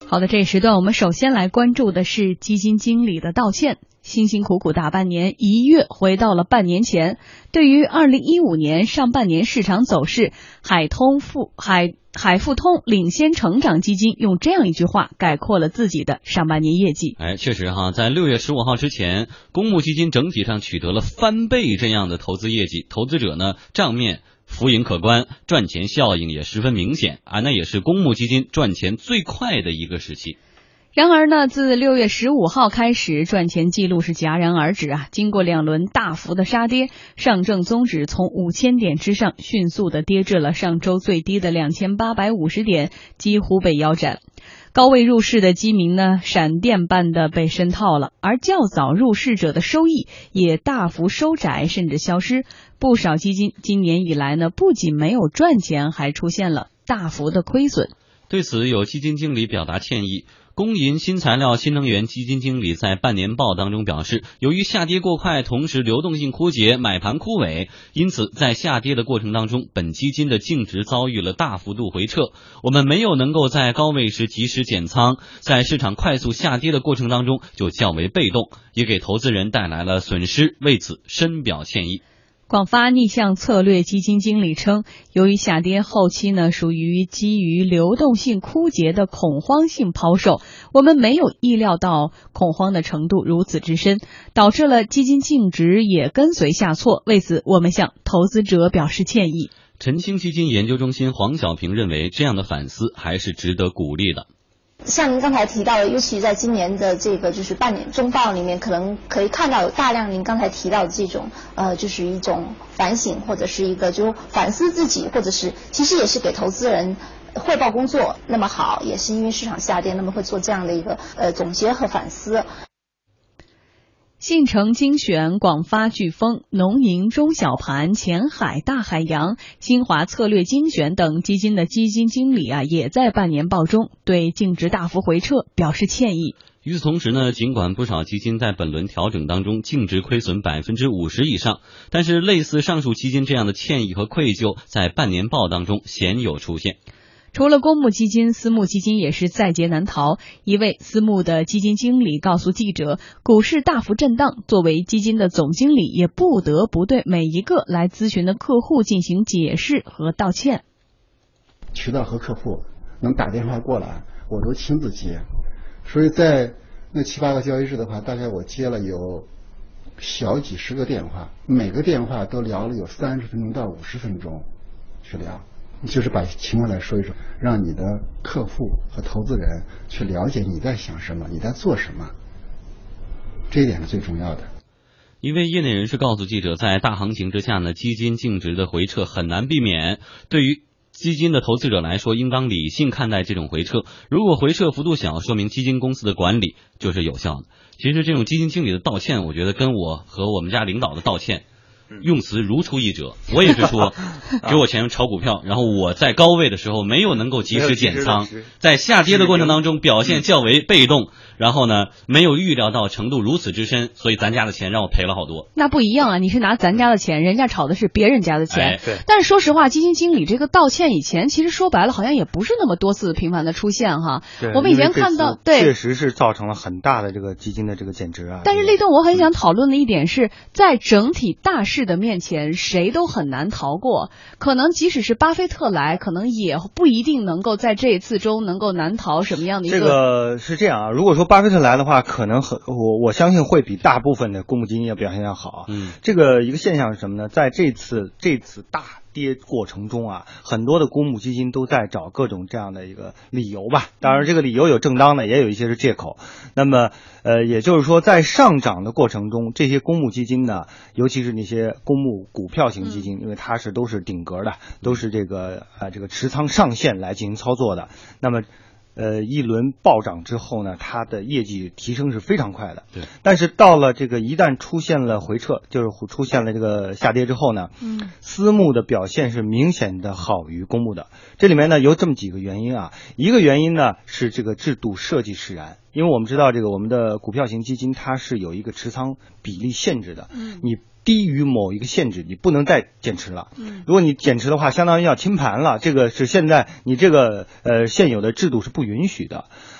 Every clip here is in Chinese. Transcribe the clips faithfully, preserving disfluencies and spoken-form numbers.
好的，这一时段我们首先来关注的是基金经理的道歉。辛辛苦苦大半年，一跃回到了半年前。对于二零一五年上半年市场走势，海通富海海富通领先成长基金用这样一句话概括了自己的上半年业绩。 哎，确实哈，在六月十五号之前，公募基金整体上取得了翻倍这样的投资业绩，投资者呢账面浮盈可观，赚钱效应也十分明显啊，那也是公募基金赚钱最快的一个时期。 然而呢，自六月十五号开始，赚钱记录是戛然而止啊！经过两轮大幅的杀跌，上证综指从五千点之上迅速的跌至了上周最低的两千八百五十点，几乎被腰斩。高位入市的基民呢，闪电般的被深套了，而较早入市者的收益也大幅收窄，甚至消失。不少基金今年以来呢，不仅没有赚钱，还出现了大幅的亏损。 对此，有基金经理表达歉意。工银新材料新能源基金经理在半年报当中表示，由于下跌过快，同时流动性枯竭，买盘枯萎，因此在下跌的过程当中，本基金的净值遭遇了大幅度回撤。我们没有能够在高位时及时减仓，在市场快速下跌的过程当中就较为被动，也给投资人带来了损失，为此深表歉意。 广发逆向策略基金经理称，由于下跌后期呢属于基于流动性枯竭的恐慌性抛售，我们没有意料到恐慌的程度如此之深，导致了基金净值也跟随下挫，为此我们向投资者表示歉意。 晨星基金研究中心黄小平认为，这样的反思还是值得鼓励的。 像您刚才提到的，尤其在今年的这个就是半年中报里面，可能可以看到有大量您刚才提到的这种呃，就是一种反省，或者是一个就反思自己，或者是其实也是给投资人汇报工作那么好，也是因为市场下跌，那么会做这样的一个呃总结和反思。 信诚精选、广发飓风、农银中小盘、前海大海洋、新华策略精选等基金的基金经理啊，也在半年报中对净值大幅回撤表示歉意。 与此同时呢，尽管不少基金在本轮调整当中净值亏损百分之五十以上，但是类似上述基金这样的歉意和愧疚，在半年报当中鲜有出现。 除了公募基金，私募基金也是在劫难逃。一位私募的基金经理告诉记者，股市大幅震荡，作为基金的总经理也不得不对每一个来咨询的客户进行解释和道歉。 渠道和客户能打电话过来，我都亲自接，所以在那七八个交易日的话，大概我接了有小几十个电话，每个电话都聊了有三十分钟到五十分钟去聊，就是把情况来说一说，让你的客户和投资人去了解你在想什么，你在做什么，这一点是最重要的。 一位业内人士告诉记者，在大行情之下呢，基金净值的回撤很难避免，对于基金的投资者来说，应当理性看待这种回撤。如果回撤幅度小，说明基金公司的管理就是有效的。其实这种基金经理的道歉，我觉得跟我和我们家领导的道歉用词如出一辙。我也是说给我钱炒股票，然后我在高位的时候没有能够及时减仓，在下跌的过程当中表现较为被动，然后呢没有预料到程度如此之深，所以咱家的钱让我赔了好多。 那不一样啊，你是拿咱家的钱，人家炒的是别人家的钱。 哎、对。 但是说实话，基金经理这个道歉以前其实说白了好像也不是那么多次频繁的出现哈。我们以前看到，对， 确实是造成了很大的这个基金的这个减值啊。 但是立栋我很想讨论的一点是，在整体大势的面前，谁都很难逃过。可能即使是巴菲特来，可能也不一定能够在这一次中能够难逃什么样的一个。 这个是这样啊，如果说巴菲特来的话，可能很我我相信会比大部分的公募基金要表现要好。 嗯， 这个一个现象是什么呢？在这次这次大跌过程中啊，很多的公募基金都在找各种这样的一个理由吧。当然，这个理由有正当的，也有一些是借口。那么，呃，也就是说，在上涨的过程中，这些公募基金呢，尤其是那些公募股票型基金，因为它是都是顶格的，都是这个呃这个持仓上限来进行操作的。那么，呃，一轮暴涨之后呢，它的业绩提升是非常快的。 对。 但是到了这个一旦出现了回撤，就是出现了这个下跌之后呢， 嗯， 私募的表现是明显的好于公募的。这里面呢有这么几个原因啊，一个原因呢是这个制度设计使然，因为我们知道这个我们的股票型基金它是有一个持仓比例限制的， 嗯， 你低于某一个限制，你不能再减持了。 嗯， 如果你减持的话，相当于要清盘了，这个是现在你这个呃现有的制度是不允许的。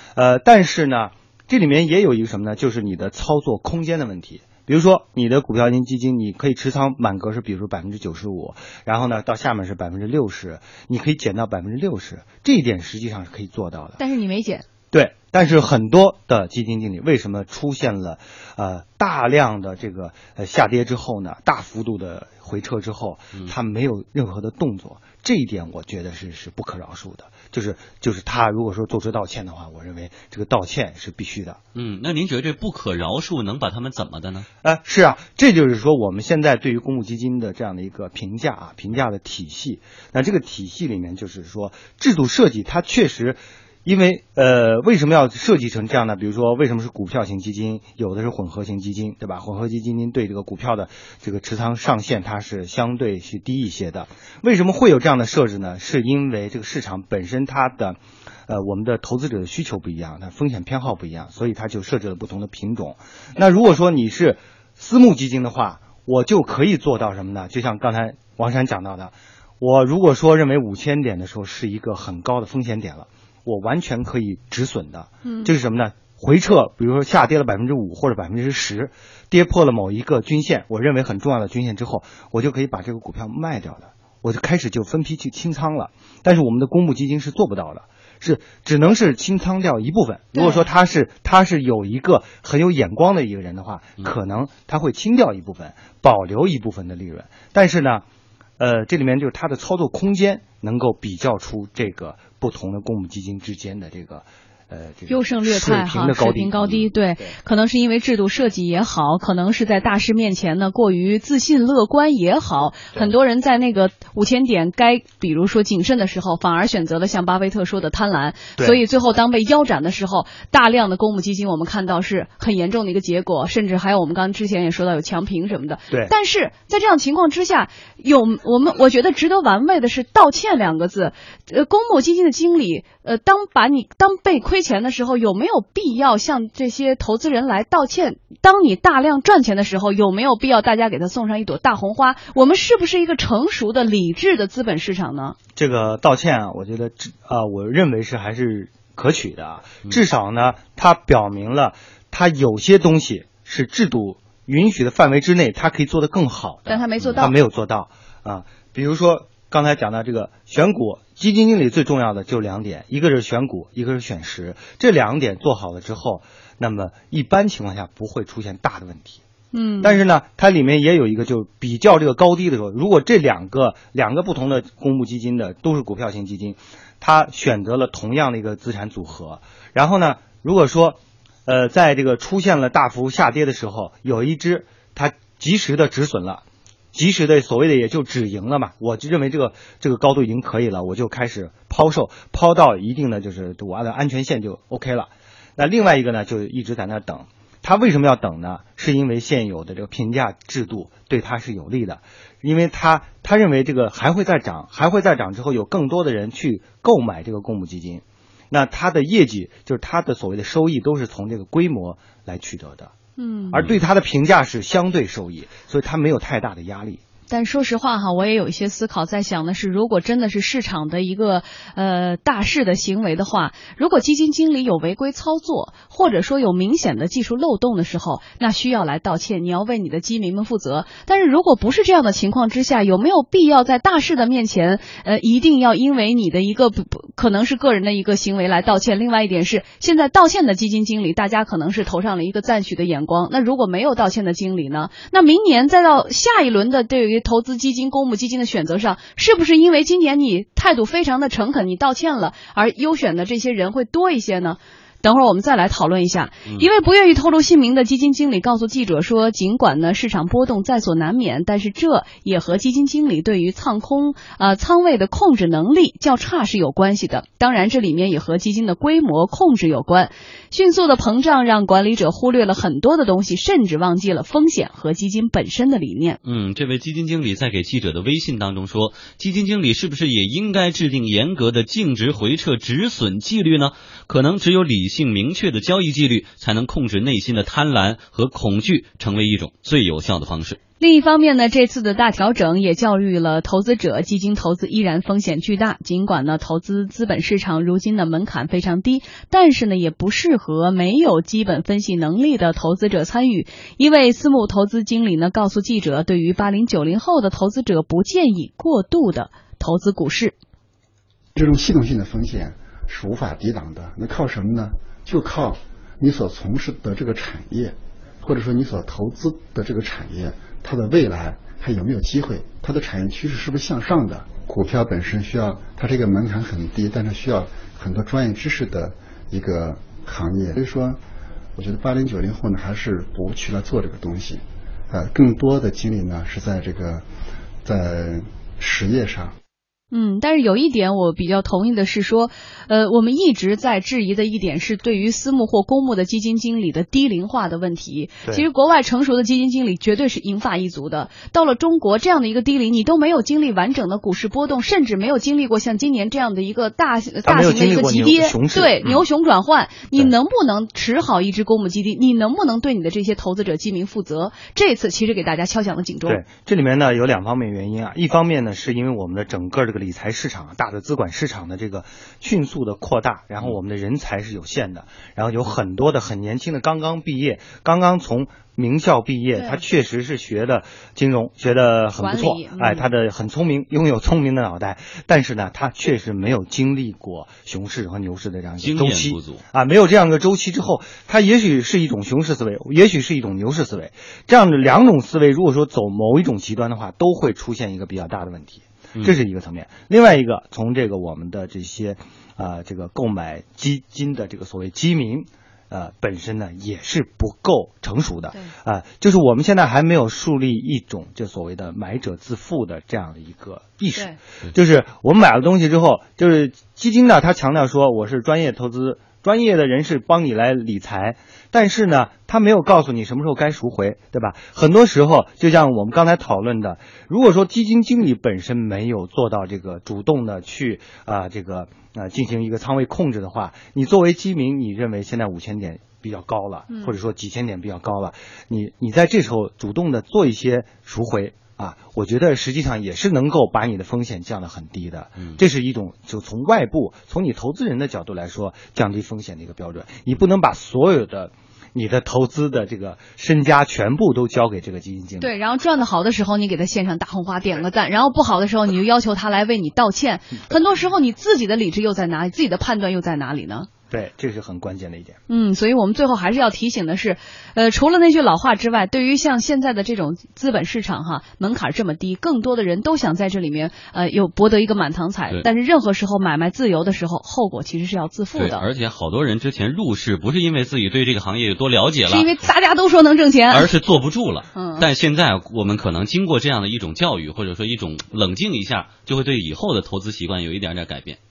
呃，但是呢，这里面也有一个什么呢？就是你的操作空间的问题。比如说你的股票型基金，你可以持仓满格是比如说百分之九十五，然后呢到下面是百分之六十，你可以减到百分之六十，这一点实际上是可以做到的。 但是你没减。 对，但是很多的基金经理为什么出现了呃大量的这个呃下跌之后呢，大幅度的回撤之后，他没有任何的动作，这一点我觉得是是不可饶恕的。就是就是他如果说做出道歉的话，我认为这个道歉是必须的。 嗯，那您觉得这不可饶恕能把他们怎么的呢？ 呃，是啊，这就是说我们现在对于公募基金的这样的一个评价啊，评价的体系。那这个体系里面就是说制度设计，它确实。因为呃，为什么要设计成这样呢？比如说，为什么是股票型基金，有的是混合型基金，对吧？混合型基金对这个股票的这个持仓上限它是相对是低一些的。为什么会有这样的设置呢？是因为这个市场本身它的呃我们的投资者的需求不一样，它风险偏好不一样，所以它就设置了不同的品种。那如果说你是私募基金的话，我就可以做到什么呢？就像刚才王珊讲到的，我如果说认为五千点的时候是一个很高的风险点了，我完全可以止损的。嗯，这是什么呢？回撤，比如说下跌了百分之五或者百分之十，跌破了某一个均线，我认为很重要的均线之后，我就可以把这个股票卖掉的，我就开始就分批去清仓了。但是我们的公募基金是做不到的，是只能是清仓掉一部分。如果说他是他是有一个很有眼光的一个人的话，可能他会清掉一部分，保留一部分的利润。但是呢，呃，这里面就是它的操作空间能够比较出这个不同的公募基金之间的这个呃这个优胜劣汰哈，水平高低，对，可能是因为制度设计也好，可能是在大势面前呢过于自信乐观也好，很多人在那个五千点该比如说谨慎的时候，反而选择了像巴菲特说的贪婪，所以最后当被腰斩的时候，大量的公募基金我们看到是很严重的一个结果，甚至还有我们刚刚之前也说到有强平什么的。 对， 但是在这样情况之下，有我们我觉得值得玩味的是道歉两个字。呃，公募基金的经理，呃，当把你当被亏钱的时候，有没有必要向这些投资人来道歉？当你大量赚钱的时候，有没有必要大家给他送上一朵大红花？我们是不是一个成熟的、理智的资本市场呢？ 这个道歉啊，我觉得啊、呃，我认为是还是可取的啊。至少呢，它表明了它有些东西是制度允许的范围之内，它可以做得更好的， 但他没做到， 他没有做到啊。比如说刚才讲到这个选股，基金经理最重要的就两点，一个是选股，一个是选时，这两点做好了之后，那么一般情况下不会出现大的问题。 嗯， 但是呢，它里面也有一个，就比较这个高低的时候，如果这两个两个不同的公募基金的都是股票型基金，它选择了同样的一个资产组合，然后呢，如果说呃在这个出现了大幅下跌的时候，有一只它及时的止损了。及时的所谓的也就止盈了嘛，我就认为这个这个高度已经可以了，我就开始抛售，抛到一定的就是我按照安全线就 OK 了。那另外一个呢，就一直在那等。他为什么要等呢？是因为现有的这个评价制度对他是有利的，因为他他认为这个还会再涨，还会再涨之后有更多的人去购买这个公募基金，那他的业绩就是他的所谓的收益都是从这个规模来取得的。 嗯， 而对他的评价是相对收益，所以他没有太大的压力。 但说实话哈，我也有一些思考，在想的是，如果真的是市场的一个呃大势的行为的话，如果基金经理有违规操作，或者说有明显的技术漏洞的时候，那需要来道歉，你要为你的基民们负责。但是如果不是这样的情况之下，有没有必要在大势的面前，呃，一定要因为你的一个不不可能是个人的一个行为来道歉？另外一点是，现在道歉的基金经理，大家可能是投上了一个赞许的眼光。那如果没有道歉的经理呢？那明年再到下一轮的对于投资基金、公募基金的选择上，是不是因为今年你态度非常的诚恳，你道歉了，而优选的这些人会多一些呢？等会儿我们再来讨论一下。一位不愿意透露姓名的基金经理告诉记者说，尽管呢市场波动在所难免，但是这也和基金经理对于仓空呃仓位的控制能力较差是有关系的。当然这里面也和基金的规模控制有关。迅速的膨胀让管理者忽略了很多的东西，甚至忘记了风险和基金本身的理念。 嗯，这位基金经理在给记者的微信当中说，基金经理是不是也应该制定严格的净值回撤止损纪律呢？可能只有理性明确的交易纪律，才能控制内心的贪婪和恐惧，成为一种最有效的方式。 另一方面呢，这次的大调整也教育了投资者，基金投资依然风险巨大。尽管呢，投资资本市场如今的门槛非常低，但是呢，也不适合没有基本分析能力的投资者参与。一位私募投资经理呢，告诉记者，对于八零九零后的投资者，不建议过度的投资股市。 这种系统性的风险是无法抵挡的，那靠什么呢？就靠你所从事的这个产业，或者说你所投资的这个产业，它的未来还有没有机会，它的产业趋势是不是向上的。股票本身需要，它这个门槛很低，但是需要很多专业知识的一个行业。所以说我觉得八零九零后呢，还是不去来做这个东西，呃，更多的精力呢是在这个在实业上。 嗯，但是有一点我比较同意的是说，呃，我们一直在质疑的一点是对于私募或公募的基金经理的低龄化的问题。其实国外成熟的基金经理绝对是银发一族的，到了中国这样的一个低龄，你都没有经历完整的股市波动，甚至没有经历过像今年这样的一个大大型的一个急跌，对、嗯、牛熊转换，你能不能持好一只公募基金？你能不能对你的这些投资者基民负责？这次其实给大家敲响了警钟。 对，这里面呢有两方面原因啊，一方面呢是因为我们的整个这个理财市场、大的资管市场的这个迅速的扩大，然后我们的人才是有限的，然后有很多的很年轻的刚刚毕业，刚刚从名校毕业，他确实是学的金融，学的很不错，哎，他的很聪明，拥有聪明的脑袋，但是呢，他确实没有经历过熊市和牛市的这样一个周期啊，没有这样一个周期之后，他也许是一种熊市思维，也许是一种牛市思维，这样的两种思维，如果说走某一种极端的话，都会出现一个比较大的问题。这是一个层面，另外一个从这个我们的这些啊、呃、这个购买基金的这个所谓基民呃本身呢也是不够成熟的啊、呃，就是我们现在还没有树立一种就所谓的买者自负的这样的一个意识，就是我们买了东西之后，就是基金呢它强调说我是专业投资。专业的人士帮你来理财，但是呢，他没有告诉你什么时候该赎回，对吧？很多时候，就像我们刚才讨论的，如果说基金经理本身没有做到这个主动的去啊、呃、这个啊、呃、进行一个仓位控制的话，你作为基民，你认为现在五千点比较高了，或者说几千点比较高了，你你在这时候主动的做一些赎回。啊，我觉得实际上也是能够把你的风险降得很低的，嗯，这是一种就从外部从你投资人的角度来说降低风险的一个标准。你不能把所有的你的投资的这个身家全部都交给这个基金经理。 对，然后赚得好的时候你给他献上大红花点个赞，然后不好的时候你就要求他来为你道歉。很多时候你自己的理智又在哪里？自己的判断又在哪里呢？ 对，这是很关键的一点。 嗯，所以我们最后还是要提醒的是，呃，除了那句老话之外，对于像现在的这种资本市场哈，门槛这么低，更多的人都想在这里面呃有博得一个满堂彩。但是任何时候买卖自由的时候，后果其实是要自负的。 对，而且好多人之前入市不是因为自己对这个行业有多了解了， 是因为大家都说能挣钱， 而是坐不住了。 嗯， 但现在我们可能经过这样的一种教育，或者说一种冷静一下，就会对以后的投资习惯有一点点改变。